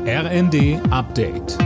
RND Update.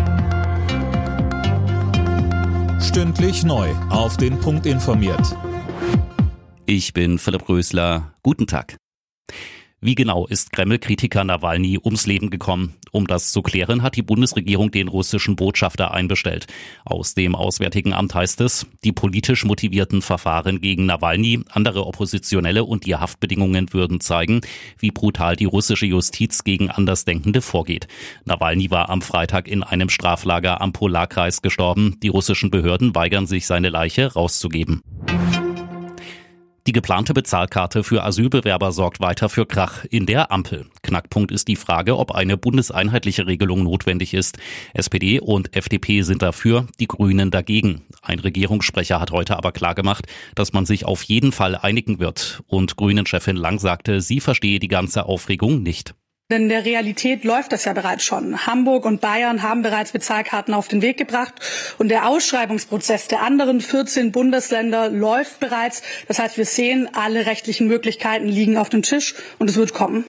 Stündlich neu auf den Punkt informiert. Ich bin Philipp Rösler. Guten Tag. Wie genau ist Kreml-Kritiker Nawalny ums Leben gekommen? Um das zu klären, hat die Bundesregierung den russischen Botschafter einbestellt. Aus dem Auswärtigen Amt heißt es, die politisch motivierten Verfahren gegen Nawalny, andere Oppositionelle und die Haftbedingungen würden zeigen, wie brutal die russische Justiz gegen Andersdenkende vorgeht. Nawalny war am Freitag in einem Straflager am Polarkreis gestorben. Die russischen Behörden weigern sich, seine Leiche rauszugeben. Die geplante Bezahlkarte für Asylbewerber sorgt weiter für Krach in der Ampel. Knackpunkt ist die Frage, ob eine bundeseinheitliche Regelung notwendig ist. SPD und FDP sind dafür, die Grünen dagegen. Ein Regierungssprecher hat heute aber klargemacht, dass man sich auf jeden Fall einigen wird. Und Grünen-Chefin Lang sagte, sie verstehe die ganze Aufregung nicht. Denn in der Realität läuft das ja bereits schon. Hamburg und Bayern haben bereits Bezahlkarten auf den Weg gebracht und der Ausschreibungsprozess der anderen 14 Bundesländer läuft bereits. Das heißt, wir sehen, alle rechtlichen Möglichkeiten liegen auf dem Tisch und es wird kommen.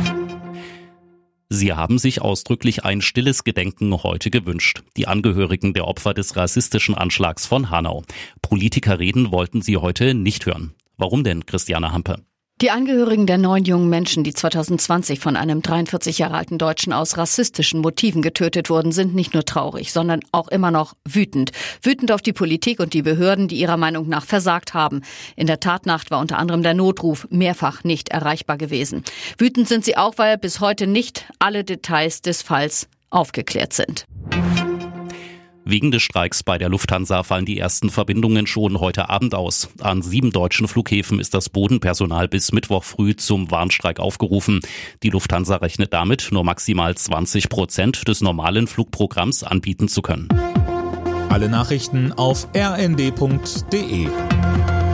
Sie haben sich ausdrücklich ein stilles Gedenken heute gewünscht. Die Angehörigen der Opfer des rassistischen Anschlags von Hanau. Politiker reden wollten sie heute nicht hören. Warum denn, Christiane Hampe? Die Angehörigen der 9 jungen Menschen, die 2020 von einem 43 Jahre alten Deutschen aus rassistischen Motiven getötet wurden, sind nicht nur traurig, sondern auch immer noch wütend. Wütend auf die Politik und die Behörden, die ihrer Meinung nach versagt haben. In der Tatnacht war unter anderem der Notruf mehrfach nicht erreichbar gewesen. Wütend sind sie auch, weil bis heute nicht alle Details des Falls aufgeklärt sind. Wegen des Streiks bei der Lufthansa fallen die ersten Verbindungen schon heute Abend aus. An 7 deutschen Flughäfen ist das Bodenpersonal bis Mittwoch früh zum Warnstreik aufgerufen. Die Lufthansa rechnet damit, nur maximal 20% des normalen Flugprogramms anbieten zu können. Alle Nachrichten auf rnd.de.